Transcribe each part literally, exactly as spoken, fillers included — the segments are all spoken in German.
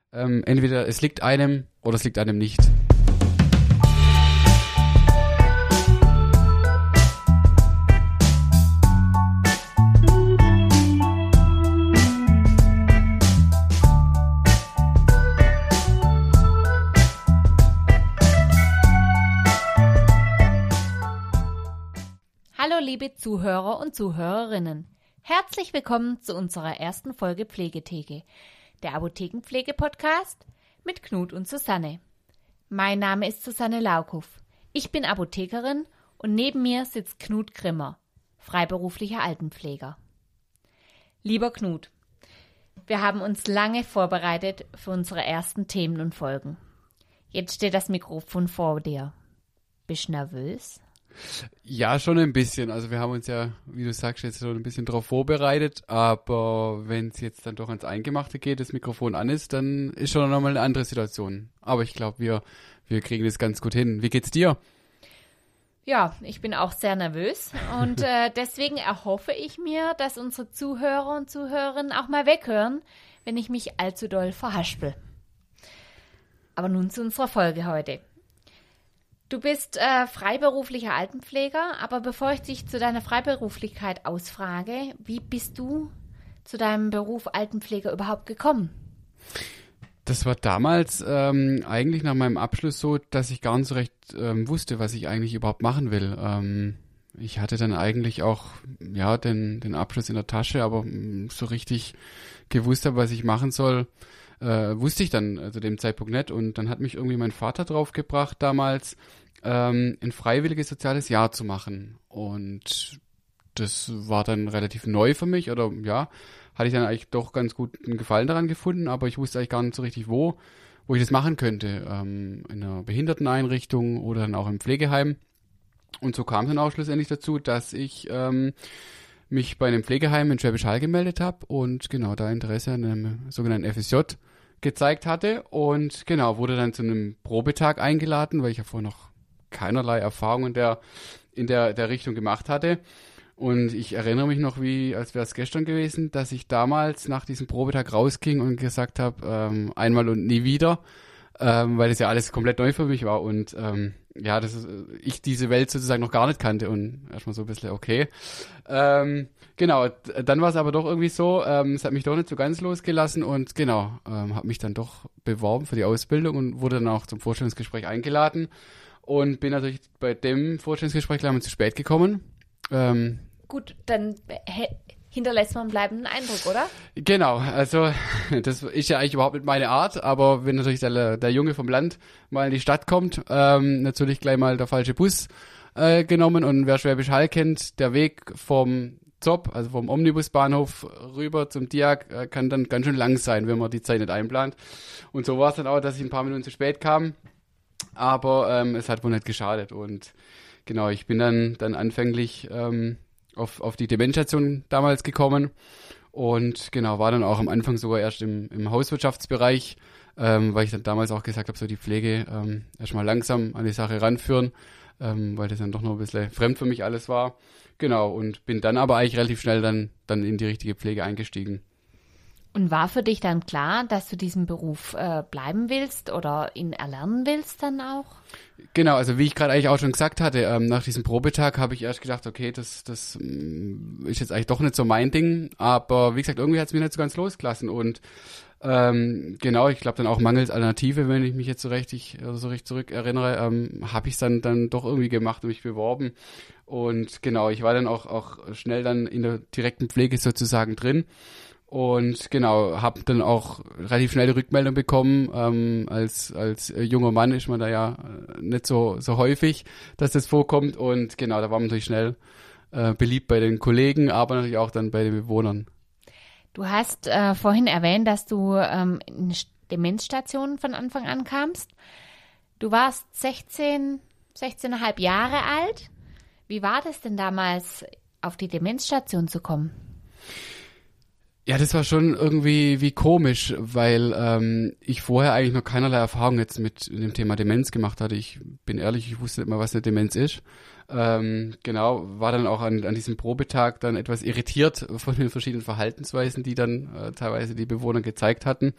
Ähm, entweder es liegt einem oder es liegt einem nicht. Hallo liebe Zuhörer und Zuhörerinnen. Herzlich willkommen zu unserer ersten Folge Pflegetheke, der Apothekenpflege-Podcast mit Knut und Susanne. Mein Name ist Susanne Laukow. Ich bin Apothekerin und neben mir sitzt Knut Grimmer, freiberuflicher Altenpfleger. Lieber Knut, wir haben uns lange vorbereitet für unsere ersten Themen und Folgen. Jetzt steht das Mikrofon vor dir. Bist du nervös? Ja, schon ein bisschen. Also wir haben uns ja, wie du sagst, jetzt schon ein bisschen darauf vorbereitet. Aber wenn es jetzt dann doch ans Eingemachte geht, das Mikrofon an ist, dann ist schon nochmal eine andere Situation. Aber ich glaube, wir, wir kriegen das ganz gut hin. Wie geht's dir? Ja, ich bin auch sehr nervös und äh, deswegen erhoffe ich mir, dass unsere Zuhörer und Zuhörerinnen auch mal weghören, wenn ich mich allzu doll verhaspel. Aber nun zu unserer Folge heute. Du bist äh, freiberuflicher Altenpfleger, aber bevor ich dich zu deiner Freiberuflichkeit ausfrage, wie bist du zu deinem Beruf Altenpfleger überhaupt gekommen? Das war damals ähm, eigentlich nach meinem Abschluss so, dass ich gar nicht so recht ähm, wusste, was ich eigentlich überhaupt machen will. Ähm, ich hatte dann eigentlich auch ja den, den Abschluss in der Tasche, aber mh, so richtig gewusst habe, was ich machen soll, äh, wusste ich dann äh, zu dem Zeitpunkt nicht. Und dann hat mich irgendwie mein Vater drauf gebracht, damals ähm, ein freiwilliges soziales Jahr zu machen. Und das war dann relativ neu für mich, oder ja, hatte ich dann eigentlich doch ganz gut einen Gefallen daran gefunden, aber ich wusste eigentlich gar nicht so richtig, wo, wo ich das machen könnte. Ähm, in einer Behinderteneinrichtung oder dann auch im Pflegeheim. Und so kam es dann auch schlussendlich dazu, dass ich ähm, mich bei einem Pflegeheim in Schwäbisch Hall gemeldet habe und genau da Interesse an einem sogenannten F S J gezeigt hatte und genau, wurde dann zu einem Probetag eingeladen, weil ich ja vorher noch keinerlei Erfahrung in der, in der, der Richtung gemacht hatte. Und ich erinnere mich noch, wie, als wäre es gestern gewesen, dass ich damals nach diesem Probetag rausging und gesagt habe, ähm, einmal und nie wieder, ähm, weil das ja alles komplett neu für mich war und ähm, ja, das ist, ich diese Welt sozusagen noch gar nicht kannte und erstmal so ein bisschen okay. Ähm, genau, dann war es aber doch irgendwie so, ähm, es hat mich doch nicht so ganz losgelassen und genau, ähm, habe mich dann doch beworben für die Ausbildung und wurde dann auch zum Vorstellungsgespräch eingeladen und bin natürlich bei dem Vorstellungsgespräch leider zu spät gekommen. Ähm, Gut, dann he- hinterlässt man einen bleibenden Eindruck, oder? Genau, also das ist ja eigentlich überhaupt nicht meine Art, aber wenn natürlich der, der Junge vom Land mal in die Stadt kommt, ähm, natürlich gleich mal der falsche Bus äh, genommen und wer Schwäbisch Hall kennt, der Weg vom Zopp, also vom Omnibusbahnhof rüber zum Diag, äh, kann dann ganz schön lang sein, wenn man die Zeit nicht einplant. Und so war es dann auch, dass ich ein paar Minuten zu spät kam, aber ähm, es hat wohl nicht geschadet und genau, ich bin dann, dann anfänglich ähm, auf, auf die Demenzstation damals gekommen und genau, war dann auch am Anfang sogar erst im, im Hauswirtschaftsbereich, ähm, weil ich dann damals auch gesagt habe, so die Pflege ähm, erstmal langsam an die Sache ranführen, ähm, weil das dann doch noch ein bisschen fremd für mich alles war. Genau, und bin dann aber eigentlich relativ schnell dann, dann in die richtige Pflege eingestiegen. Und war für dich dann klar, dass du diesen Beruf äh, bleiben willst oder ihn erlernen willst dann auch? Genau, also wie ich gerade eigentlich auch schon gesagt hatte, ähm, nach diesem Probetag habe ich erst gedacht, okay, das, das ähm, ist jetzt eigentlich doch nicht so mein Ding, aber wie gesagt, irgendwie hat es mich nicht so ganz losgelassen und ähm, genau, ich glaube dann auch mangels Alternative, wenn ich mich jetzt so richtig, also so richtig zurück erinnere, ähm, habe ich es dann, dann doch irgendwie gemacht und mich beworben und genau, ich war dann auch, auch schnell dann in der direkten Pflege sozusagen drin. Und genau, habe dann auch relativ schnell die Rückmeldung bekommen. Ähm, als als äh, junger Mann ist man da ja äh, nicht so so häufig, dass das vorkommt. Und genau, da war man natürlich schnell äh, beliebt bei den Kollegen, aber natürlich auch dann bei den Bewohnern. Du hast äh, vorhin erwähnt, dass du ähm, in Demenzstationen von Anfang an kamst. Du warst sechzehn, sechzehn Komma fünf Jahre alt. Wie war das denn damals, auf die Demenzstation zu kommen? Ja, das war schon irgendwie wie komisch, weil ähm, ich vorher eigentlich noch keinerlei Erfahrung jetzt mit dem Thema Demenz gemacht hatte. Ich bin ehrlich, ich wusste nicht mal, was eine Demenz ist. Ähm, genau, war dann auch an, an diesem Probetag dann etwas irritiert von den verschiedenen Verhaltensweisen, die dann äh, teilweise die Bewohner gezeigt hatten.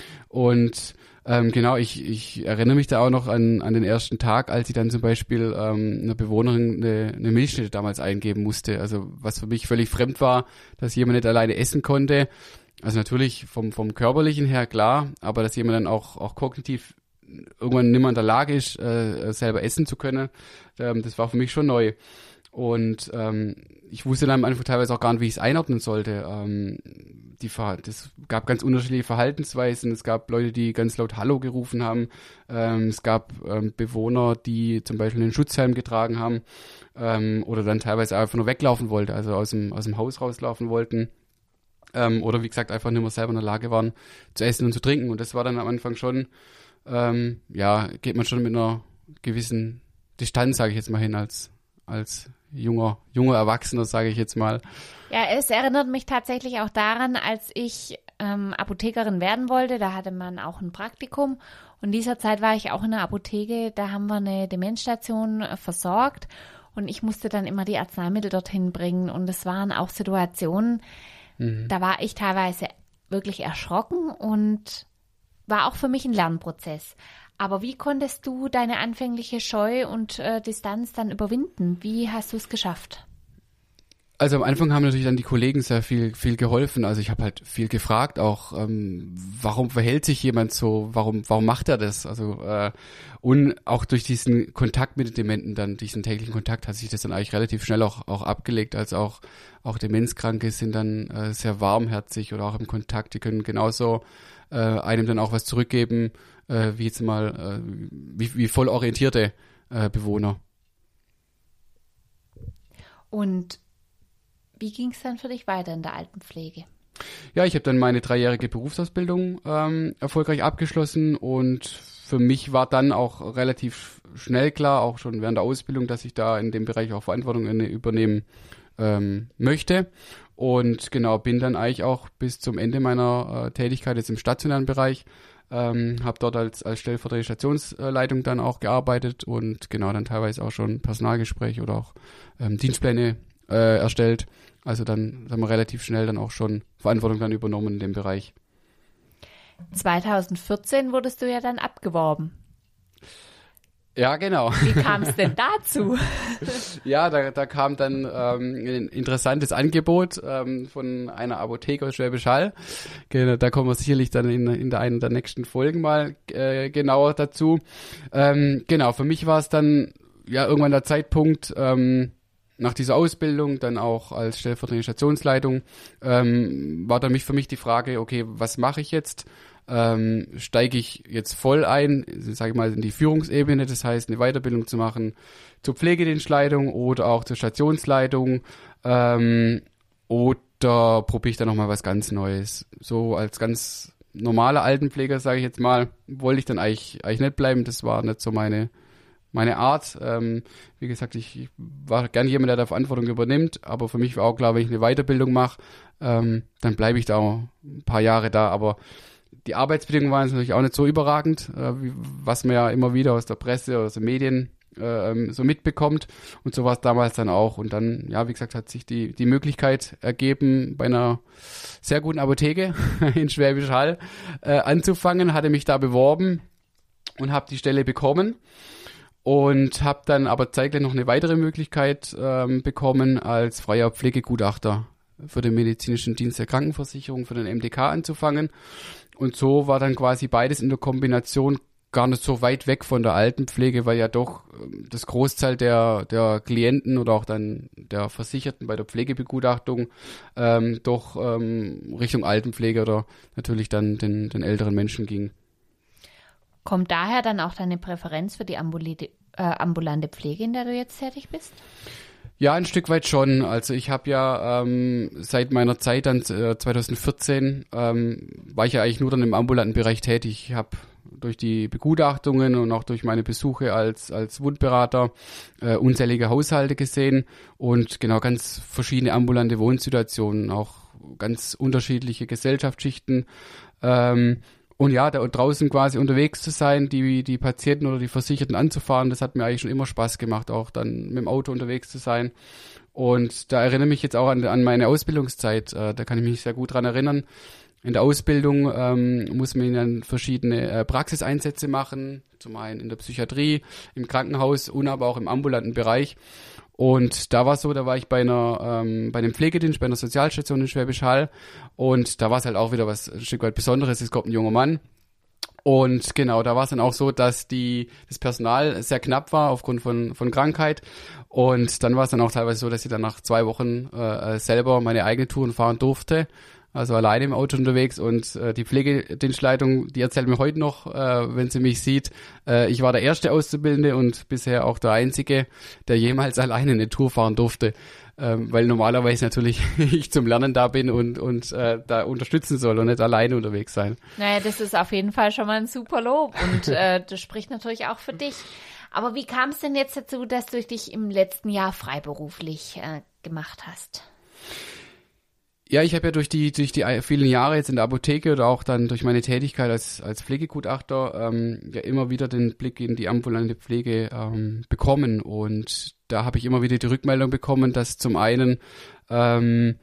Und ähm, genau, ich, ich erinnere mich da auch noch an, an den ersten Tag, als ich dann zum Beispiel ähm, einer Bewohnerin eine, eine Milchschnitte damals eingeben musste. Also was für mich völlig fremd war, dass jemand nicht alleine essen konnte. Also natürlich vom, vom Körperlichen her klar, aber dass jemand dann auch, auch kognitiv irgendwann nicht mehr in der Lage ist, äh, selber essen zu können, ähm, das war für mich schon neu. Und ähm, ich wusste dann am Anfang teilweise auch gar nicht, wie ich es einordnen sollte. Ähm, die Ver- das gab ganz unterschiedliche Verhaltensweisen. Es gab Leute, die ganz laut Hallo gerufen haben. Ähm, es gab ähm, Bewohner, die zum Beispiel einen Schutzhelm getragen haben ähm, oder dann teilweise einfach nur weglaufen wollten, also aus dem, aus dem Haus rauslaufen wollten. Ähm, oder wie gesagt, einfach nicht mehr selber in der Lage waren, zu essen und zu trinken. Und das war dann am Anfang schon, ähm, ja, geht man schon mit einer gewissen Distanz, sage ich jetzt mal, hin, als, als junger, junger Erwachsener, sage ich jetzt mal. Ja, es erinnert mich tatsächlich auch daran, als ich ähm, Apothekerin werden wollte, da hatte man auch ein Praktikum und in dieser Zeit war ich auch in der Apotheke, da haben wir eine Demenzstation äh, versorgt und ich musste dann immer die Arzneimittel dorthin bringen und es waren auch Situationen, mhm. da war ich teilweise wirklich erschrocken und war auch für mich ein Lernprozess. Aber wie konntest du deine anfängliche Scheu und äh, Distanz dann überwinden? Wie hast du es geschafft? Also am Anfang haben natürlich dann die Kollegen sehr viel viel geholfen. Also ich habe halt viel gefragt, auch ähm, warum verhält sich jemand so, warum warum macht er das? Also äh, und auch durch diesen Kontakt mit den Dementen, dann diesen täglichen Kontakt, hat sich das dann eigentlich relativ schnell auch auch abgelegt. Also auch auch Demenzkranke sind dann äh, sehr warmherzig oder auch im Kontakt. Die können genauso äh, einem dann auch was zurückgeben, äh, wie jetzt mal äh, wie, wie voll orientierte äh, Bewohner. Und wie ging es dann für dich weiter in der Altenpflege? Ja, ich habe dann meine dreijährige Berufsausbildung ähm, erfolgreich abgeschlossen und für mich war dann auch relativ schnell klar, auch schon während der Ausbildung, dass ich da in dem Bereich auch Verantwortung übernehmen ähm, möchte. Und genau, bin dann eigentlich auch bis zum Ende meiner äh, Tätigkeit jetzt im stationären Bereich, ähm, habe dort als, als stellvertretende Stationsleitung dann auch gearbeitet und genau dann teilweise auch schon Personalgespräche oder auch ähm, Dienstpläne äh, erstellt. Also dann haben wir relativ schnell dann auch schon Verantwortung dann übernommen in dem Bereich. zwanzig vierzehn wurdest du ja dann abgeworben. Ja, genau. Wie kam es denn dazu? Ja, da, da kam dann ähm, ein interessantes Angebot ähm, von einer Apotheke aus Schwäbisch Hall. Genau, da kommen wir sicherlich dann in, in der einen der nächsten Folgen mal äh, genauer dazu. Ähm, genau, für mich war es dann ja irgendwann der Zeitpunkt, ähm, nach dieser Ausbildung, dann auch als stellvertretende Stationsleitung, ähm, war dann mich für mich die Frage, okay, was mache ich jetzt? Ähm, steige ich jetzt voll ein, sage ich mal, in die Führungsebene, das heißt, eine Weiterbildung zu machen zur Pflegedienstleitung oder auch zur Stationsleitung, ähm, oder probiere ich dann nochmal was ganz Neues? So als ganz normaler Altenpfleger, sage ich jetzt mal, wollte ich dann eigentlich, eigentlich nicht bleiben, das war nicht so meine meine Art. Ähm, wie gesagt, ich, ich war gern jemand, der da Verantwortung übernimmt, aber für mich war auch klar, wenn ich eine Weiterbildung mache, ähm, dann bleibe ich da auch ein paar Jahre da, aber die Arbeitsbedingungen waren natürlich auch nicht so überragend, äh, wie, was man ja immer wieder aus der Presse oder aus den Medien äh, so mitbekommt, und so war es damals dann auch. Und dann, ja, wie gesagt, hat sich die, die Möglichkeit ergeben, bei einer sehr guten Apotheke in Schwäbisch Hall äh, anzufangen, hatte mich da beworben und habe die Stelle bekommen. Und habe dann aber zeitgleich noch eine weitere Möglichkeit ähm, bekommen, als freier Pflegegutachter für den medizinischen Dienst der Krankenversicherung, für den M D K anzufangen. Und so war dann quasi beides in der Kombination gar nicht so weit weg von der Altenpflege, weil ja doch ähm, das Großteil der, der Klienten oder auch dann der Versicherten bei der Pflegebegutachtung ähm, doch ähm, Richtung Altenpflege oder natürlich dann den, den älteren Menschen ging. Kommt daher dann auch deine Präferenz für die ambulante, äh, ambulante Pflege, in der du jetzt tätig bist? Ja, ein Stück weit schon. Also ich habe ja ähm, seit meiner Zeit dann äh, zwanzig vierzehn ähm, war ich ja eigentlich nur dann im ambulanten Bereich tätig. Ich habe durch die Begutachtungen und auch durch meine Besuche als als Wundberater äh, unzählige Haushalte gesehen und genau ganz verschiedene ambulante Wohnsituationen, auch ganz unterschiedliche Gesellschaftsschichten. Ähm, und ja, da draußen quasi unterwegs zu sein, die, die Patienten oder die Versicherten anzufahren, das hat mir eigentlich schon immer Spaß gemacht, auch dann mit dem Auto unterwegs zu sein. Und da erinnere ich mich jetzt auch an, an meine Ausbildungszeit, äh, da kann ich mich sehr gut dran erinnern. In der Ausbildung ähm, muss man dann verschiedene äh, Praxiseinsätze machen, zum einen in der Psychiatrie, im Krankenhaus und aber auch im ambulanten Bereich. Und da war es so, da war ich bei einer ähm, bei einem Pflegedienst, bei einer Sozialstation in Schwäbisch Hall und da war es halt auch wieder was ein Stück weit Besonderes. Es kommt ein junger Mann und genau, da war es dann auch so, dass die das Personal sehr knapp war aufgrund von von Krankheit und dann war es dann auch teilweise so, dass ich dann nach zwei Wochen äh, selber meine eigene Touren fahren durfte. Also alleine im Auto unterwegs und äh, die Pflegedienstleitung, die erzählt mir heute noch, äh, wenn sie mich sieht, äh, ich war der erste Auszubildende und bisher auch der einzige, der jemals alleine eine Tour fahren durfte, ähm, weil normalerweise natürlich ich zum Lernen da bin und und äh, da unterstützen soll und nicht alleine unterwegs sein. Naja, das ist auf jeden Fall schon mal ein super Lob und äh, das spricht natürlich auch für dich. Aber wie kam es denn jetzt dazu, dass du dich im letzten Jahr freiberuflich äh, gemacht hast? Ja, ich habe ja durch die durch die vielen Jahre jetzt in der Apotheke oder auch dann durch meine Tätigkeit als als Pflegegutachter ähm, ja immer wieder den Blick in die ambulante Pflege ähm, bekommen und da habe ich immer wieder die Rückmeldung bekommen, dass zum einen ähm,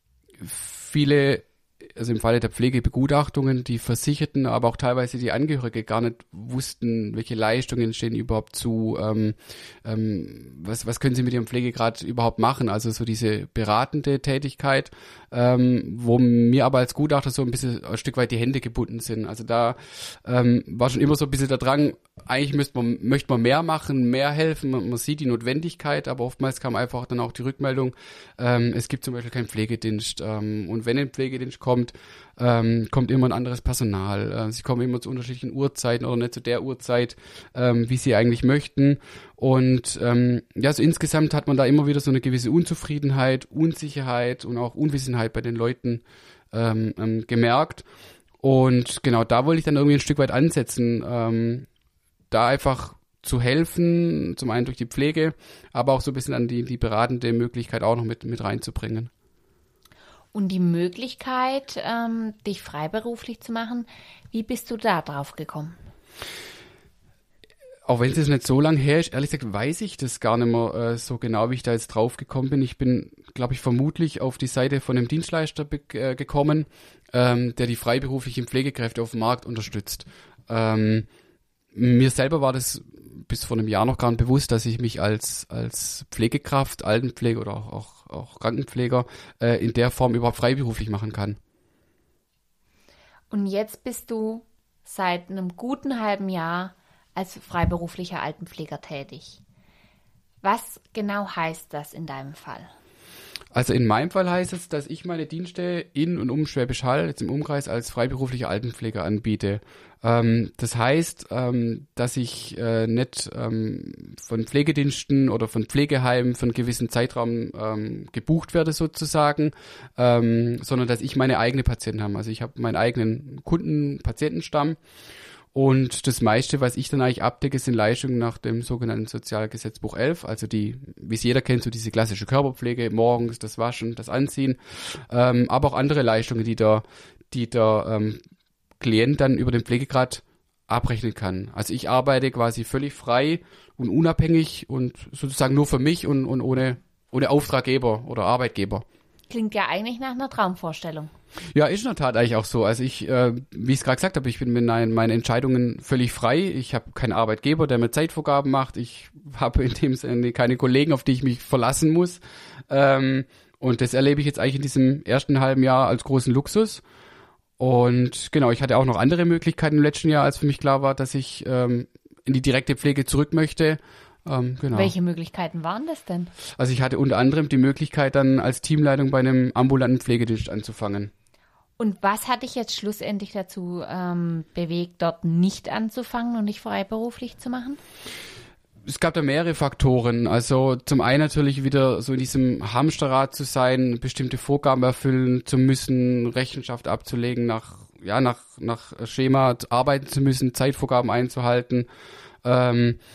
viele, also im Falle der Pflegebegutachtungen, die Versicherten, aber auch teilweise die Angehörige gar nicht wussten, welche Leistungen stehen überhaupt zu, ähm, ähm, was, was können sie mit ihrem Pflegegrad überhaupt machen, also so diese beratende Tätigkeit, ähm, wo mir aber als Gutachter so ein bisschen ein Stück weit die Hände gebunden sind. Also da ähm, war schon immer so ein bisschen der Drang, eigentlich müsste man, möchte man mehr machen, mehr helfen, man, man sieht die Notwendigkeit, aber oftmals kam einfach dann auch die Rückmeldung, ähm, es gibt zum Beispiel keinen Pflegedienst ähm, und wenn ein Pflegedienst kommt, ähm, kommt immer ein anderes Personal. Äh, sie kommen immer zu unterschiedlichen Uhrzeiten oder nicht zu der Uhrzeit, ähm, wie sie eigentlich möchten. Und ähm, ja, so insgesamt hat man da immer wieder so eine gewisse Unzufriedenheit, Unsicherheit und auch Unwissenheit bei den Leuten ähm, ähm, gemerkt. Und genau da wollte ich dann irgendwie ein Stück weit ansetzen, ähm, da einfach zu helfen, zum einen durch die Pflege, aber auch so ein bisschen an die, die beratende Möglichkeit auch noch mit, mit reinzubringen. Und die Möglichkeit, ähm, dich freiberuflich zu machen, wie bist du da drauf gekommen? Auch wenn es jetzt nicht so lang her ist, ehrlich gesagt, weiß ich das gar nicht mehr äh, so genau, wie ich da jetzt drauf gekommen bin. Ich bin, glaube ich, vermutlich auf die Seite von einem Dienstleister be- äh, gekommen, ähm, der die freiberuflichen Pflegekräfte auf dem Markt unterstützt. Ähm, mir selber war das bis vor einem Jahr noch gar nicht bewusst, dass ich mich als als Pflegekraft, Altenpfleger oder auch, auch, auch Krankenpfleger äh, in der Form überhaupt freiberuflich machen kann. Und jetzt bist du seit einem guten halben Jahr als freiberuflicher Altenpfleger tätig. Was genau heißt das in deinem Fall? Also in meinem Fall heißt es, dass ich meine Dienste in und um Schwäbisch Hall, jetzt im Umkreis, als freiberuflicher Altenpfleger anbiete. Ähm, das heißt, ähm, dass ich äh, nicht ähm, von Pflegediensten oder von Pflegeheimen für einen gewissen Zeitraum ähm, gebucht werde sozusagen, ähm, sondern dass ich meine eigene Patienten habe. Also ich habe meinen eigenen Kunden-Patientenstamm. Und das meiste, was ich dann eigentlich abdecke, sind Leistungen nach dem sogenannten Sozialgesetzbuch elf, also die, wie es jeder kennt, so diese klassische Körperpflege, morgens das Waschen, das Anziehen, ähm, aber auch andere Leistungen, die der, die der ähm, Klient dann über den Pflegegrad abrechnen kann. Also ich arbeite quasi völlig frei und unabhängig und sozusagen nur für mich und, und ohne, ohne Auftraggeber oder Arbeitgeber. Klingt ja eigentlich nach einer Traumvorstellung. Ja, ist in der Tat eigentlich auch so. Also ich, äh, wie ich es gerade gesagt habe, ich bin mit meinen, meinen Entscheidungen völlig frei. Ich habe keinen Arbeitgeber, der mir Zeitvorgaben macht. Ich habe in dem Sinne keine Kollegen, auf die ich mich verlassen muss. Ähm, und das erlebe ich jetzt eigentlich in diesem ersten halben Jahr als großen Luxus. Und genau, ich hatte auch noch andere Möglichkeiten im letzten Jahr, als für mich klar war, dass ich ähm, in die direkte Pflege zurück möchte. Ähm, genau. Welche Möglichkeiten waren das denn? Also ich hatte unter anderem die Möglichkeit, dann als Teamleitung bei einem ambulanten Pflegedienst anzufangen. Und was hat dich jetzt schlussendlich dazu ähm, bewegt, dort nicht anzufangen und nicht freiberuflich zu machen? Es gab da mehrere Faktoren. Also zum einen natürlich wieder so in diesem Hamsterrad zu sein, bestimmte Vorgaben erfüllen zu müssen, Rechenschaft abzulegen, nach ja nach nach Schema arbeiten zu müssen, Zeitvorgaben einzuhalten. Ähm,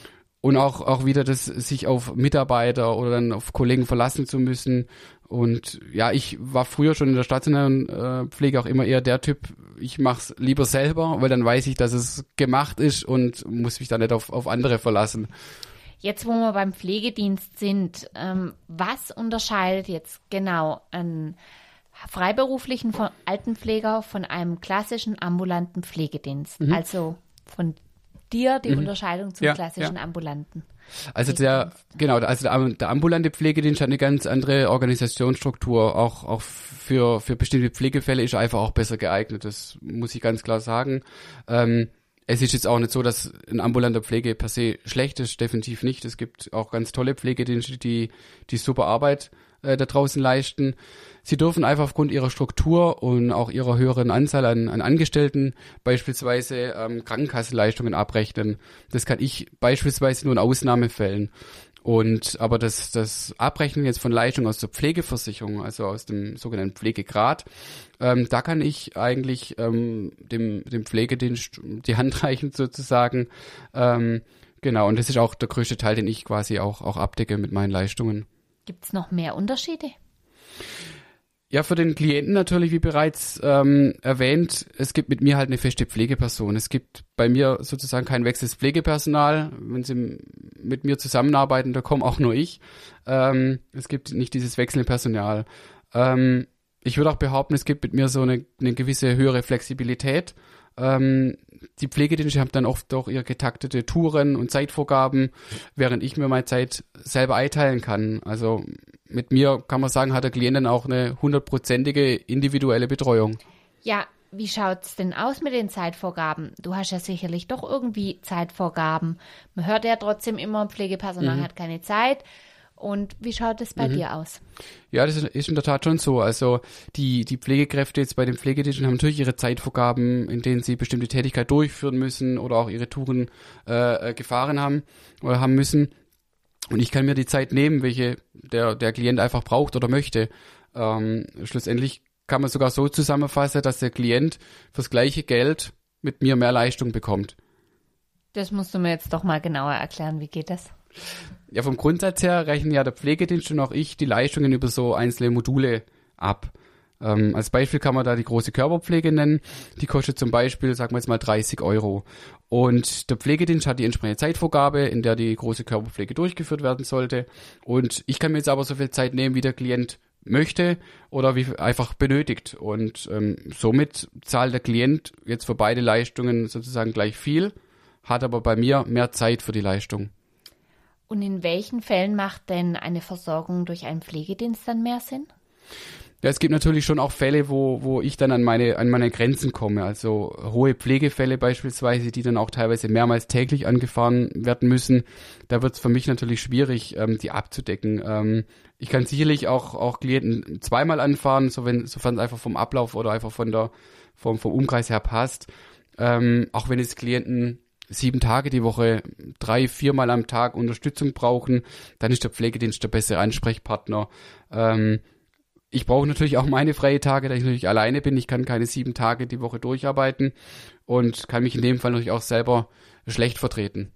und auch auch wieder das sich auf Mitarbeiter oder dann auf Kollegen verlassen zu müssen. Und ja, ich war früher schon in der stationären äh, Pflege auch immer eher der Typ, ich mach's lieber selber, weil dann weiß ich, dass es gemacht ist und muss mich da nicht auf, auf andere verlassen. Jetzt, wo wir beim Pflegedienst sind, ähm, was unterscheidet jetzt genau einen freiberuflichen von Altenpfleger von einem klassischen ambulanten Pflegedienst? Mhm. Also von dir die mhm. Unterscheidung zum ja, klassischen ja. ambulanten. Also der, genau, also der, der ambulante Pflegedienst hat eine ganz andere Organisationsstruktur, auch, auch für, für bestimmte Pflegefälle ist er einfach auch besser geeignet, das muss ich ganz klar sagen. Ähm, es ist jetzt auch nicht so, dass ein ambulanter Pflege per se schlecht ist, definitiv nicht. Es gibt auch ganz tolle Pflegedienste, die, die super Arbeit äh, da draußen leisten. Sie dürfen einfach aufgrund ihrer Struktur und auch ihrer höheren Anzahl an, an Angestellten beispielsweise ähm, Krankenkassenleistungen abrechnen. Das kann ich beispielsweise nur in Ausnahmefällen. Und aber das, das Abrechnen jetzt von Leistungen aus der Pflegeversicherung, also aus dem sogenannten Pflegegrad, ähm, da kann ich eigentlich ähm, dem, dem Pflegedienst die Hand reichen sozusagen. Ähm, genau, und das ist auch der größte Teil, den ich quasi auch, auch abdecke mit meinen Leistungen. Gibt es noch mehr Unterschiede? Ja, für den Klienten natürlich, wie bereits ähm, erwähnt, es gibt mit mir halt eine feste Pflegeperson. Es gibt bei mir sozusagen kein wechselndes Pflegepersonal. Wenn Sie mit mir zusammenarbeiten, da komme auch nur ich. Ähm, es gibt nicht dieses wechselnde Personal. Ähm, ich würde auch behaupten, es gibt mit mir so eine, eine gewisse höhere Flexibilität. Ähm, die Pflegedienste haben dann oft auch ihre getaktete Touren und Zeitvorgaben, während ich mir meine Zeit selber einteilen kann. Also mit mir, kann man sagen, hat der Klient dann auch eine hundertprozentige individuelle Betreuung. Ja, wie schaut's denn aus mit den Zeitvorgaben? Du hast ja sicherlich doch irgendwie Zeitvorgaben. Man hört ja trotzdem immer, Pflegepersonal mhm. hat keine Zeit. Und wie schaut es bei mhm. dir aus? Ja, das ist in der Tat schon so. Also die, die Pflegekräfte jetzt bei den Pflegediensten haben natürlich ihre Zeitvorgaben, in denen sie bestimmte Tätigkeit durchführen müssen oder auch ihre Touren äh, gefahren haben oder haben müssen. Und ich kann mir die Zeit nehmen, welche der, der Klient einfach braucht oder möchte. Ähm, schlussendlich kann man sogar so zusammenfassen, dass der Klient fürs gleiche Geld mit mir mehr Leistung bekommt. Das musst du mir jetzt doch mal genauer erklären. Wie geht das? Ja, vom Grundsatz her rechnen ja der Pflegedienst und auch ich die Leistungen über so einzelne Module ab. Ähm, als Beispiel kann man da die große Körperpflege nennen. Die kostet zum Beispiel, sagen wir jetzt mal, dreißig Euro. Und der Pflegedienst hat die entsprechende Zeitvorgabe, in der die große Körperpflege durchgeführt werden sollte. Und ich kann mir jetzt aber so viel Zeit nehmen, wie der Klient möchte oder wie einfach benötigt. Und ähm, somit zahlt der Klient jetzt für beide Leistungen sozusagen gleich viel, hat aber bei mir mehr Zeit für die Leistung. Und in welchen Fällen macht denn eine Versorgung durch einen Pflegedienst dann mehr Sinn? Ja, es gibt natürlich schon auch Fälle, wo wo ich dann an meine an meine Grenzen komme. Also hohe Pflegefälle beispielsweise, die dann auch teilweise mehrmals täglich angefahren werden müssen. Da wird es für mich natürlich schwierig, ähm, die abzudecken. Ähm, ich kann sicherlich auch auch Klienten zweimal anfahren, so wenn sofern es einfach vom Ablauf oder einfach von der vom vom Umkreis her passt. Ähm, auch wenn es Klienten sieben Tage die Woche, drei, viermal am Tag Unterstützung brauchen, dann ist der Pflegedienst der bessere Ansprechpartner. Ähm, ich brauche natürlich auch meine freie Tage, da ich natürlich alleine bin. Ich kann keine sieben Tage die Woche durcharbeiten und kann mich in dem Fall natürlich auch selber schlecht vertreten.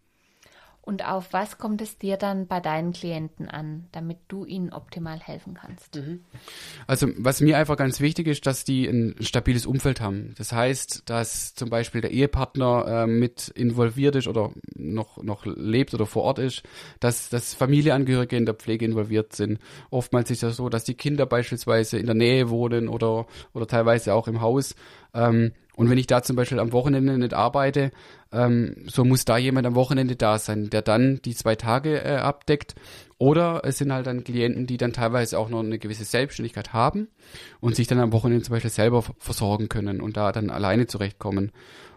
Und auf was kommt es dir dann bei deinen Klienten an, damit du ihnen optimal helfen kannst? Mhm. Also was mir einfach ganz wichtig ist, dass die ein stabiles Umfeld haben. Das heißt, dass zum Beispiel der Ehepartner äh, mit involviert ist oder noch noch lebt oder vor Ort ist, dass, dass Familienangehörige in der Pflege involviert sind. Oftmals ist es ja so, dass die Kinder beispielsweise in der Nähe wohnen oder, oder teilweise auch im Haus. Ähm, Und wenn ich da zum Beispiel am Wochenende nicht arbeite, ähm, so muss da jemand am Wochenende da sein, der dann die zwei Tage äh, abdeckt. Oder es sind halt dann Klienten, die dann teilweise auch noch eine gewisse Selbstständigkeit haben und sich dann am Wochenende zum Beispiel selber versorgen können und da dann alleine zurechtkommen.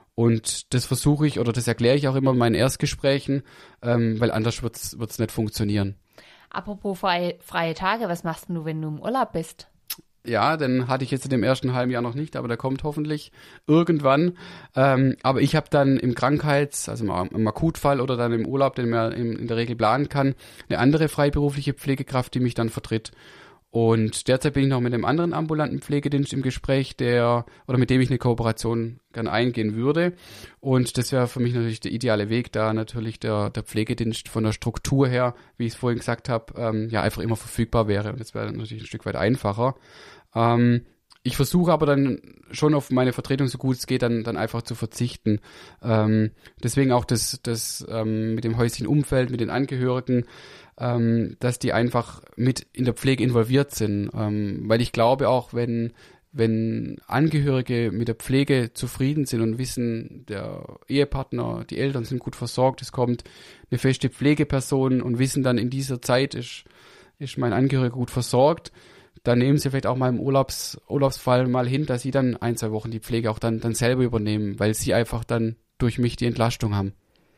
Und das versuche ich oder das erkläre ich auch immer in meinen Erstgesprächen, ähm, weil anders wird's wird's nicht funktionieren. Apropos freie, freie Tage, was machst du, wenn du im Urlaub bist? Ja, den hatte ich jetzt in dem ersten halben Jahr noch nicht, aber der kommt hoffentlich irgendwann. Ähm, aber ich habe dann im Krankheits-, also im Akutfall oder dann im Urlaub, den man in, in der Regel planen kann, eine andere freiberufliche Pflegekraft, die mich dann vertritt. Und derzeit bin ich noch mit einem anderen ambulanten Pflegedienst im Gespräch, der oder mit dem ich eine Kooperation gerne eingehen würde. Und das wäre für mich natürlich der ideale Weg, da natürlich der, der Pflegedienst von der Struktur her, wie ich es vorhin gesagt habe, ähm, ja einfach immer verfügbar wäre. Und das wäre natürlich ein Stück weit einfacher. Ähm, ich versuche aber dann schon auf meine Vertretung, so gut es geht, dann, dann einfach zu verzichten. Ähm, deswegen auch das, das ähm, mit dem häuslichen Umfeld, mit den Angehörigen, ähm, dass die einfach mit in der Pflege involviert sind. Ähm, weil ich glaube auch, wenn, wenn Angehörige mit der Pflege zufrieden sind und wissen, der Ehepartner, die Eltern sind gut versorgt, es kommt eine feste Pflegeperson und wissen dann, in dieser Zeit ist, ist mein Angehöriger gut versorgt, dann nehmen sie vielleicht auch mal im Urlaubs, Urlaubsfall mal hin, dass sie dann ein, zwei Wochen die Pflege auch dann, dann selber übernehmen, weil sie einfach dann durch mich die Entlastung haben.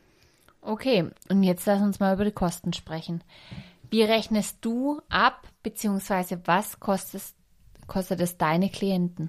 Okay, und jetzt lass uns mal über die Kosten sprechen. Wie rechnest du ab, beziehungsweise was kostet, kostet es deine Klienten?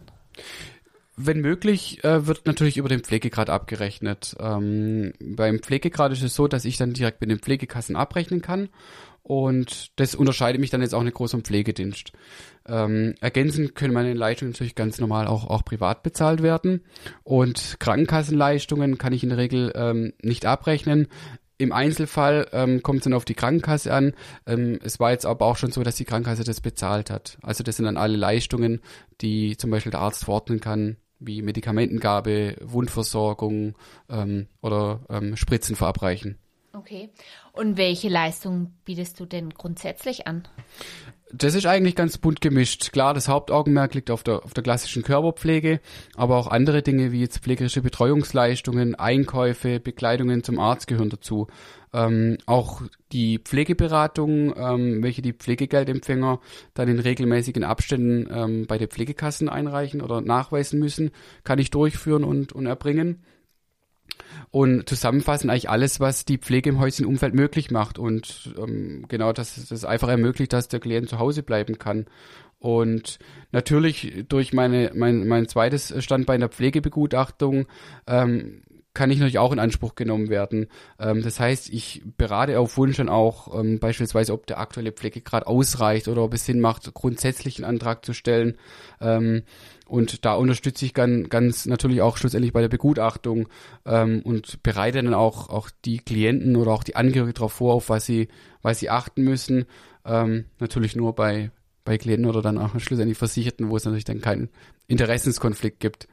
Wenn möglich, äh, wird natürlich über den Pflegegrad abgerechnet. Ähm, beim Pflegegrad ist es so, dass ich dann direkt mit den Pflegekassen abrechnen kann. Und das unterscheidet mich dann jetzt auch nicht groß vom Pflegedienst. Ähm, ergänzend können meine Leistungen natürlich ganz normal auch, auch privat bezahlt werden. Und Krankenkassenleistungen kann ich in der Regel ähm, nicht abrechnen. Im Einzelfall ähm, kommt es dann auf die Krankenkasse an. Ähm, es war jetzt aber auch schon so, dass die Krankenkasse das bezahlt hat. Also das sind dann alle Leistungen, die zum Beispiel der Arzt verordnen kann, wie Medikamentengabe, Wundversorgung ähm, oder ähm, Spritzen verabreichen. Okay. Und welche Leistungen bietest du denn grundsätzlich an? Das ist eigentlich ganz bunt gemischt. Klar, das Hauptaugenmerk liegt auf der, auf der klassischen Körperpflege, aber auch andere Dinge wie jetzt pflegerische Betreuungsleistungen, Einkäufe, Begleitungen zum Arzt gehören dazu. Ähm, auch die Pflegeberatung, ähm, welche die Pflegegeldempfänger dann in regelmäßigen Abständen ähm, bei den Pflegekassen einreichen oder nachweisen müssen, kann ich durchführen und, und erbringen. Und zusammenfassend eigentlich alles, was die Pflege im häuslichen Umfeld möglich macht und ähm, genau, dass das einfach ermöglicht, dass der Klient zu Hause bleiben kann. Und natürlich durch meine mein mein zweites Standbein der Pflegebegutachtung ähm, kann ich natürlich auch in Anspruch genommen werden. Ähm, das heißt, ich berate auf Wunsch dann auch ähm, beispielsweise, ob der aktuelle Pflegegrad ausreicht oder ob es Sinn macht, grundsätzlich einen Antrag zu stellen. Ähm, und da unterstütze ich ganz, ganz natürlich auch schlussendlich bei der Begutachtung ähm, und bereite dann auch auch die Klienten oder auch die Angehörigen darauf vor, auf was sie, was sie achten müssen. Ähm, natürlich nur bei bei Klienten oder dann auch schlussendlich Versicherten, wo es natürlich dann keinen Interessenskonflikt gibt.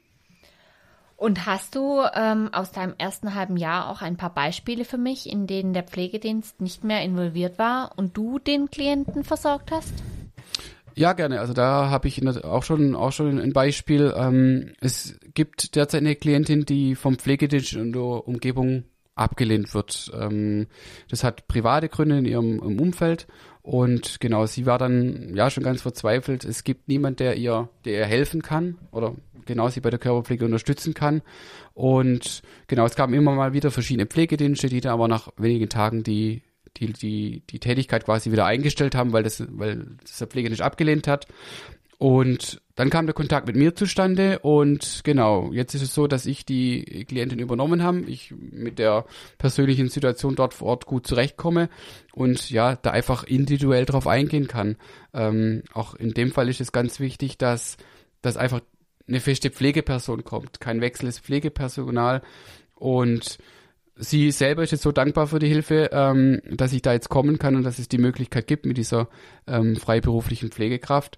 Und hast du ähm, aus deinem ersten halben Jahr auch ein paar Beispiele für mich, in denen der Pflegedienst nicht mehr involviert war und du den Klienten versorgt hast? Ja, gerne. Also da habe ich auch schon auch schon ein Beispiel. Ähm, es gibt derzeit eine Klientin, die vom Pflegedienst in der Umgebung abgelehnt wird. Ähm, das hat private Gründe in ihrem im Umfeld und genau, sie war dann ja schon ganz verzweifelt. Es gibt niemand, der ihr, der ihr helfen kann oder genau sie bei der Körperpflege unterstützen kann. Und genau, es gab immer mal wieder verschiedene Pflegedienste, die dann aber nach wenigen Tagen die die die die Tätigkeit quasi wieder eingestellt haben, weil das weil das der Pflegedienst abgelehnt hat. Und dann kam der Kontakt mit mir zustande und genau, jetzt ist es so, dass ich die Klientin übernommen habe, ich mit der persönlichen Situation dort vor Ort gut zurechtkomme und ja, da einfach individuell drauf eingehen kann. Ähm, auch in dem Fall ist es ganz wichtig, dass, dass einfach eine feste Pflegeperson kommt, kein Wechsel des Pflegepersonal und sie selber ist jetzt so dankbar für die Hilfe, ähm, dass ich da jetzt kommen kann und dass es die Möglichkeit gibt mit dieser ähm, freiberuflichen Pflegekraft.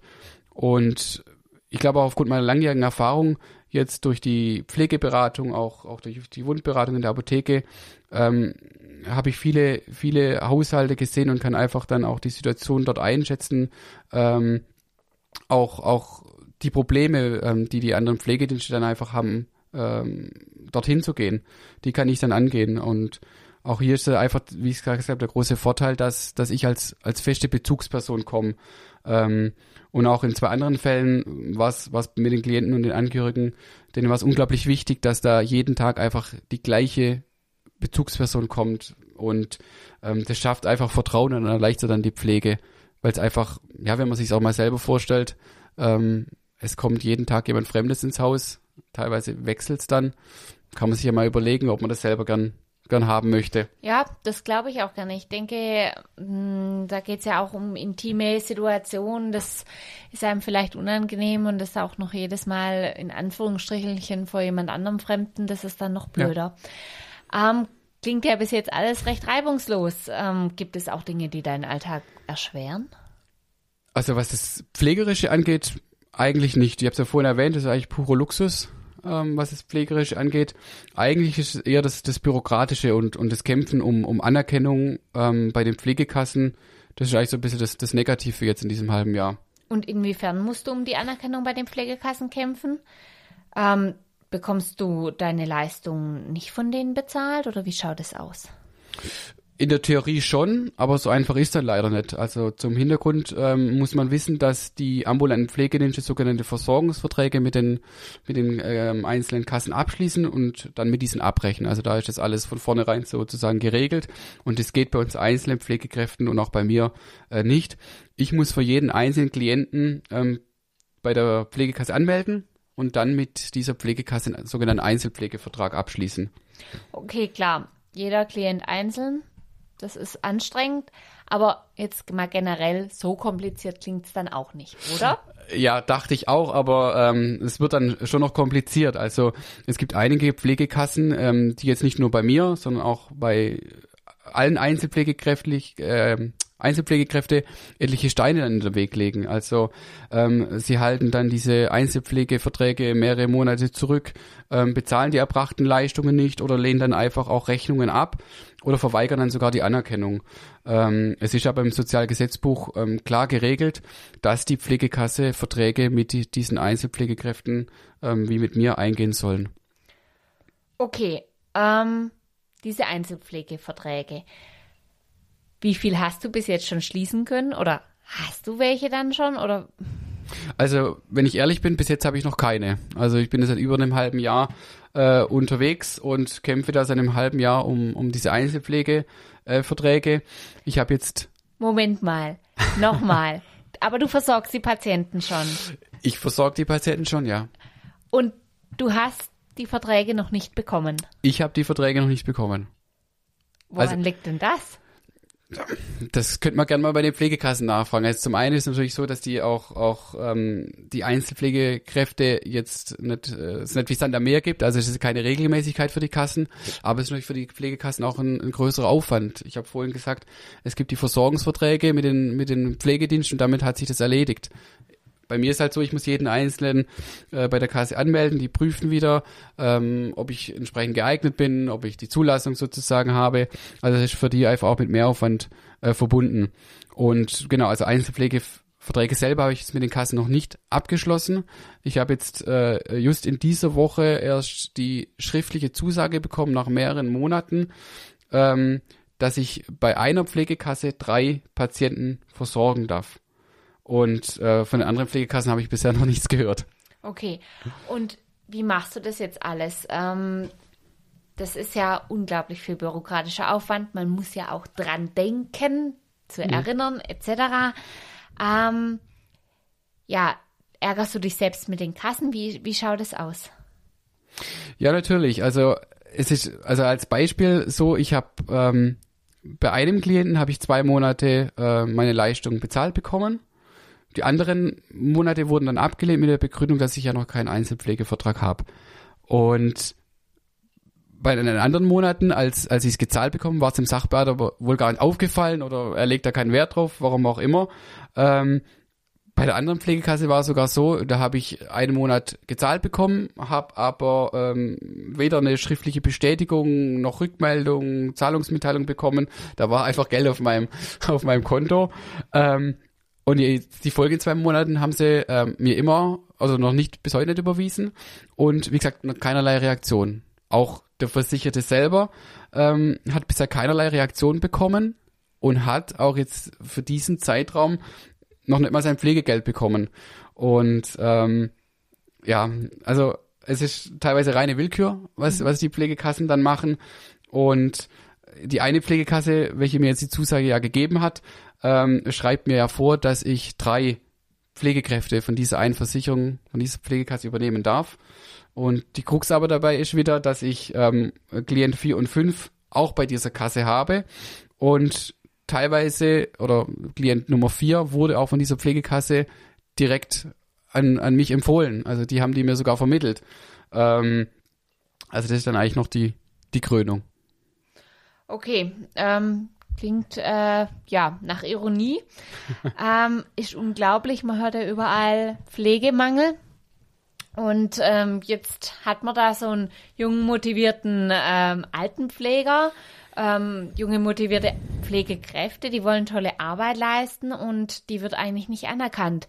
Und ich glaube auch aufgrund meiner langjährigen Erfahrung jetzt durch die Pflegeberatung, auch, auch durch die Wundberatung in der Apotheke, ähm, habe ich viele, viele Haushalte gesehen und kann einfach dann auch die Situation dort einschätzen, ähm, auch, auch die Probleme, ähm, die die anderen Pflegedienste dann einfach haben, ähm, dorthin zu gehen, die kann ich dann angehen. Und auch hier ist einfach, wie ich gerade gesagt habe, der große Vorteil, dass, dass ich als, als feste Bezugsperson komme. Ähm, und auch in zwei anderen Fällen war es mit den Klienten und den Angehörigen, denen war es unglaublich wichtig, dass da jeden Tag einfach die gleiche Bezugsperson kommt. Und ähm, das schafft einfach Vertrauen und erleichtert dann die Pflege. Weil es einfach, ja, wenn man sich es auch mal selber vorstellt, ähm, es kommt jeden Tag jemand Fremdes ins Haus, teilweise wechselt es dann, kann man sich ja mal überlegen, ob man das selber gern gern haben möchte. Ja, das glaube ich auch gerne. Ich denke, mh, da geht es ja auch um intime Situationen. Das ist einem vielleicht unangenehm und das auch noch jedes Mal in Anführungsstrichelchen vor jemand anderem Fremden, das ist dann noch blöder. Ja. Ähm, klingt ja bis jetzt alles recht reibungslos. Ähm, gibt es auch Dinge, die deinen Alltag erschweren? Also was das Pflegerische angeht, eigentlich nicht. Ich habe es ja vorhin erwähnt, das ist eigentlich purer Luxus, ähm, was das Pflegerische angeht. Eigentlich ist es eher das, das Bürokratische und, und das Kämpfen um, um Anerkennung ähm, bei den Pflegekassen. Das ist eigentlich so ein bisschen das, das Negative jetzt in diesem halben Jahr. Und inwiefern musst du um die Anerkennung bei den Pflegekassen kämpfen? Ähm, bekommst du deine Leistungen nicht von denen bezahlt oder wie schaut es aus? In der Theorie schon, aber so einfach ist dann leider nicht. Also zum Hintergrund ähm, muss man wissen, dass die ambulanten Pflegedienste sogenannte Versorgungsverträge mit den mit den ähm, einzelnen Kassen abschließen und dann mit diesen abbrechen. Also da ist das alles von vornherein sozusagen geregelt und das geht bei uns einzelnen Pflegekräften und auch bei mir äh, nicht. Ich muss für jeden einzelnen Klienten ähm, bei der Pflegekasse anmelden und dann mit dieser Pflegekasse einen sogenannten Einzelpflegevertrag abschließen. Okay, klar. Jeder Klient einzeln. Das ist anstrengend, aber jetzt mal generell, so kompliziert klingt es dann auch nicht, oder? Ja, dachte ich auch, aber ähm, es wird dann schon noch kompliziert. Also es gibt einige Pflegekassen, ähm, die jetzt nicht nur bei mir, sondern auch bei allen Einzelpflegekräften, äh, Einzelpflegekräfte etliche Steine in den Weg legen. Also ähm, sie halten dann diese Einzelpflegeverträge mehrere Monate zurück, ähm, bezahlen die erbrachten Leistungen nicht oder lehnen dann einfach auch Rechnungen ab oder verweigern dann sogar die Anerkennung. Ähm, es ist aber im Sozialgesetzbuch ähm, klar geregelt, dass die Pflegekasse Verträge mit die, diesen Einzelpflegekräften ähm, wie mit mir eingehen sollen. Okay, ähm, diese Einzelpflegeverträge. Wie viel hast du bis jetzt schon schließen können oder hast du welche dann schon oder? Also, wenn ich ehrlich bin, bis jetzt habe ich noch keine. Also ich bin jetzt seit über einem halben Jahr äh, unterwegs und kämpfe da seit einem halben Jahr um, um diese Einzelpflegeverträge. Äh, ich habe jetzt... Moment mal, nochmal. Aber du versorgst die Patienten schon. Ich versorge die Patienten schon, ja. Und du hast die Verträge noch nicht bekommen? Ich habe die Verträge noch nicht bekommen. Woran also, liegt denn das? Das könnte man gerne mal bei den Pflegekassen nachfragen. Also zum einen ist es natürlich so, dass die auch auch ähm, die Einzelpflegekräfte jetzt nicht, äh, es nicht wie Sand am Meer gibt. Also es ist keine Regelmäßigkeit für die Kassen, aber es ist natürlich für die Pflegekassen auch ein, ein größerer Aufwand. Ich habe vorhin gesagt, es gibt die Versorgungsverträge mit den mit den Pflegediensten und damit hat sich das erledigt. Bei mir ist halt so, ich muss jeden Einzelnen äh, bei der Kasse anmelden, die prüfen wieder, ähm, ob ich entsprechend geeignet bin, ob ich die Zulassung sozusagen habe. Also das ist für die einfach auch mit Mehraufwand äh, verbunden. Und genau, also Einzelpflegeverträge selber habe ich jetzt mit den Kassen noch nicht abgeschlossen. Ich habe jetzt äh, just in dieser Woche erst die schriftliche Zusage bekommen, nach mehreren Monaten, ähm, dass ich bei einer Pflegekasse drei Patienten versorgen darf. Und äh, von den anderen Pflegekassen habe ich bisher noch nichts gehört. Okay, und wie machst du das jetzt alles? Ähm, das ist ja unglaublich viel bürokratischer Aufwand. Man muss ja auch dran denken, zu mhm. erinnern, et cetera. Ähm, ja, ärgerst du dich selbst mit den Kassen? Wie, wie schaut es aus? Ja, natürlich. Also es ist also als Beispiel so, ich habe ähm, bei einem Klienten habe ich zwei Monate äh, meine Leistung bezahlt bekommen. Die anderen Monate wurden dann abgelehnt mit der Begründung, dass ich ja noch keinen Einzelpflegevertrag habe. Und bei den anderen Monaten, als als ich es gezahlt bekommen, war es dem Sachbearbeiter wohl gar nicht aufgefallen oder er legt da keinen Wert drauf, warum auch immer. Ähm, bei der anderen Pflegekasse war es sogar so, da habe ich einen Monat gezahlt bekommen, habe aber ähm, weder eine schriftliche Bestätigung noch Rückmeldung, Zahlungsmitteilung bekommen. Da war einfach Geld auf meinem auf meinem Konto. Ähm, Und die, die folgenden zwei Monaten haben sie ähm, mir immer, also noch nicht, bis heute nicht überwiesen. Und wie gesagt, noch keinerlei Reaktion. Auch der Versicherte selber ähm, hat bisher keinerlei Reaktion bekommen und hat auch jetzt für diesen Zeitraum noch nicht mal sein Pflegegeld bekommen. Und ähm, ja, also es ist teilweise reine Willkür, was, was die Pflegekassen dann machen. Und die eine Pflegekasse, welche mir jetzt die Zusage ja gegeben hat, ähm, schreibt mir ja vor, dass ich drei Pflegekräfte von dieser einen Versicherung, von dieser Pflegekasse übernehmen darf. Und die Krux aber dabei ist wieder, dass ich ähm, Klient vier und fünf auch bei dieser Kasse habe. Und teilweise, oder Klient Nummer vier wurde auch von dieser Pflegekasse direkt an, an mich empfohlen. Also die haben die mir sogar vermittelt. Ähm, also das ist dann eigentlich noch die, die Krönung. Okay, ähm, klingt äh, ja nach Ironie. ähm, ist unglaublich, man hört ja überall Pflegemangel. Und ähm, jetzt hat man da so einen jungen, motivierten ähm, Altenpfleger, ähm, junge, motivierte Pflegekräfte, die wollen tolle Arbeit leisten und die wird eigentlich nicht anerkannt.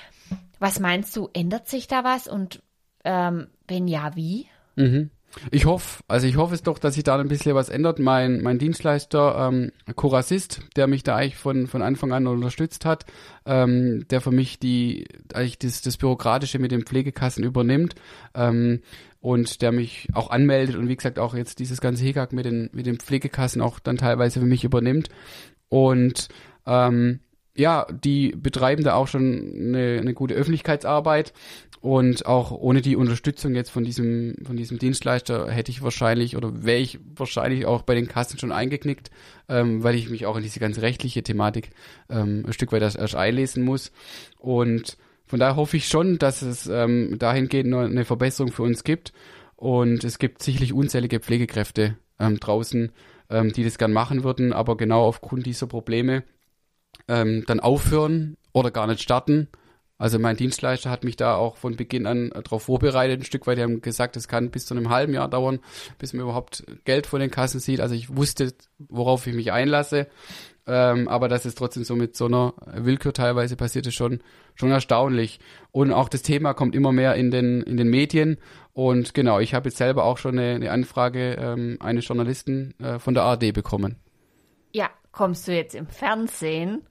Was meinst du, ändert sich da was und ähm, wenn ja, wie? Mhm. Ich hoffe, also ich hoffe es doch, dass sich da ein bisschen was ändert. Mein, mein Dienstleister, ähm, Corassist, der mich da eigentlich von, von Anfang an unterstützt hat, ähm, der für mich die, eigentlich das, das Bürokratische mit den Pflegekassen übernimmt, ähm, und der mich auch anmeldet und wie gesagt auch jetzt dieses ganze Hickhack mit den, mit den Pflegekassen auch dann teilweise für mich übernimmt. Und, ähm, ja, die betreiben da auch schon eine, eine gute Öffentlichkeitsarbeit. Und auch ohne die Unterstützung jetzt von diesem von diesem Dienstleister hätte ich wahrscheinlich oder wäre ich wahrscheinlich auch bei den Kassen schon eingeknickt, ähm, weil ich mich auch in diese ganze rechtliche Thematik ähm, ein Stück weit erst, erst einlesen muss. Und von daher hoffe ich schon, dass es ähm, dahingehend noch eine Verbesserung für uns gibt. Und es gibt sicherlich unzählige Pflegekräfte ähm, draußen, ähm, die das gern machen würden, aber genau aufgrund dieser Probleme ähm, dann aufhören oder gar nicht starten. Also mein Dienstleister hat mich da auch von Beginn an darauf vorbereitet, ein Stück weit. Die haben gesagt, es kann bis zu einem halben Jahr dauern, bis man überhaupt Geld von den Kassen sieht. Also ich wusste, worauf ich mich einlasse. Ähm, aber dass es trotzdem so mit so einer Willkür teilweise passiert, ist schon, schon erstaunlich. Und auch das Thema kommt immer mehr in den, in den Medien. Und genau, ich habe jetzt selber auch schon eine, eine Anfrage ähm, eines Journalisten äh, von der A R D bekommen. Ja, kommst du jetzt im Fernsehen?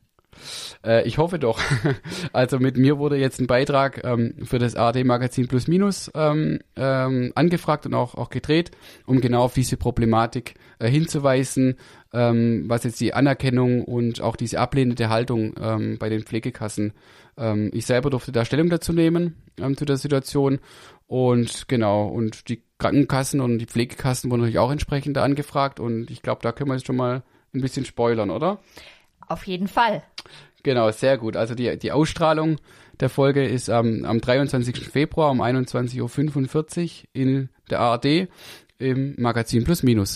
Äh, ich hoffe doch. Also mit mir wurde jetzt ein Beitrag ähm, für das A R D-Magazin Plus Minus ähm, ähm, angefragt und auch, auch gedreht, um genau auf diese Problematik äh, hinzuweisen, ähm, was jetzt die Anerkennung und auch diese ablehnende Haltung ähm, bei den Pflegekassen. Ähm, ich selber durfte da Stellung dazu nehmen, ähm, zu der Situation. Und genau, und die Krankenkassen und die Pflegekassen wurden natürlich auch entsprechend da angefragt. Und ich glaube, da können wir jetzt schon mal ein bisschen spoilern, oder? Auf jeden Fall. Genau, sehr gut. Also die, die Ausstrahlung der Folge ist ähm, am dreiundzwanzigsten Februar um einundzwanzig Uhr fünfundvierzig in der A R D im Magazin Plus Minus.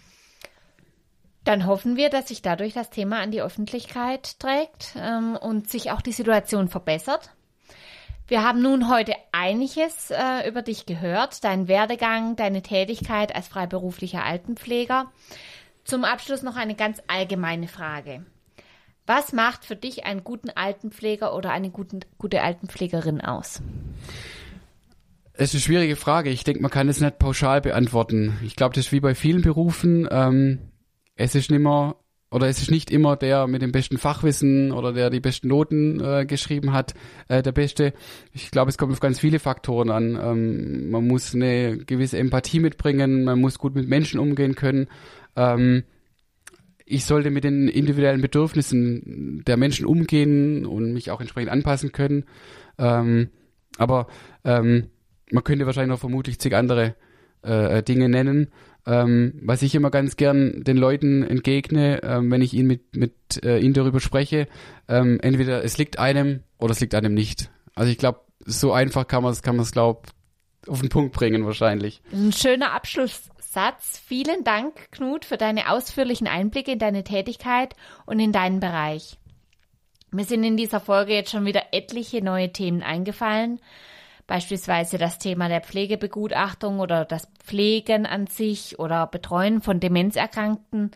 Dann hoffen wir, dass sich dadurch das Thema an die Öffentlichkeit trägt ähm, und sich auch die Situation verbessert. Wir haben nun heute einiges äh, über dich gehört, deinen Werdegang, deine Tätigkeit als freiberuflicher Altenpfleger. Zum Abschluss noch eine ganz allgemeine Frage. Was macht für dich einen guten Altenpfleger oder eine guten, gute Altenpflegerin aus? Es ist eine schwierige Frage. Ich denke, man kann es nicht pauschal beantworten. Ich glaube, das ist wie bei vielen Berufen. Ähm, es ist nicht mehr, oder es ist nicht immer der mit dem besten Fachwissen oder der die besten Noten äh, geschrieben hat, äh, der Beste. Ich glaube, es kommt auf ganz viele Faktoren an. Ähm, man muss eine gewisse Empathie mitbringen, man muss gut mit Menschen umgehen können. Ähm, Ich sollte mit den individuellen Bedürfnissen der Menschen umgehen und mich auch entsprechend anpassen können. Ähm, aber ähm, man könnte wahrscheinlich noch vermutlich zig andere äh, Dinge nennen. Ähm, was ich immer ganz gern den Leuten entgegne, ähm, wenn ich ihnen mit, mit äh, ihnen darüber spreche, ähm, entweder es liegt einem oder es liegt einem nicht. Also ich glaube, so einfach kann man es, kann man es, glaube auf den Punkt bringen wahrscheinlich. Ein schöner Abschlusssatz. Vielen Dank, Knut, für deine ausführlichen Einblicke in deine Tätigkeit und in deinen Bereich. Mir sind in dieser Folge jetzt schon wieder etliche neue Themen eingefallen, beispielsweise das Thema der Pflegebegutachtung oder das Pflegen an sich oder Betreuen von Demenzerkrankten.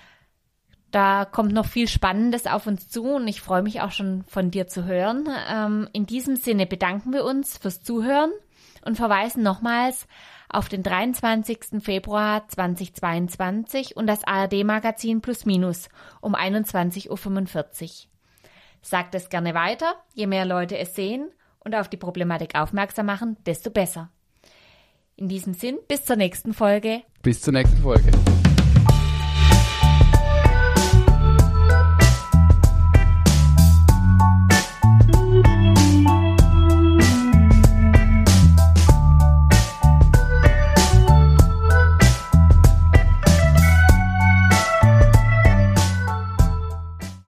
Da kommt noch viel Spannendes auf uns zu und ich freue mich auch schon von dir zu hören. Ähm, in diesem Sinne bedanken wir uns fürs Zuhören und verweisen nochmals auf den dreiundzwanzigsten Februar zweitausendzweiundzwanzig und das A R D-Magazin Plus Minus um einundzwanzig Uhr fünfundvierzig. Sagt es gerne weiter, je mehr Leute es sehen und auf die Problematik aufmerksam machen, desto besser. In diesem Sinn, bis zur nächsten Folge. Bis zur nächsten Folge.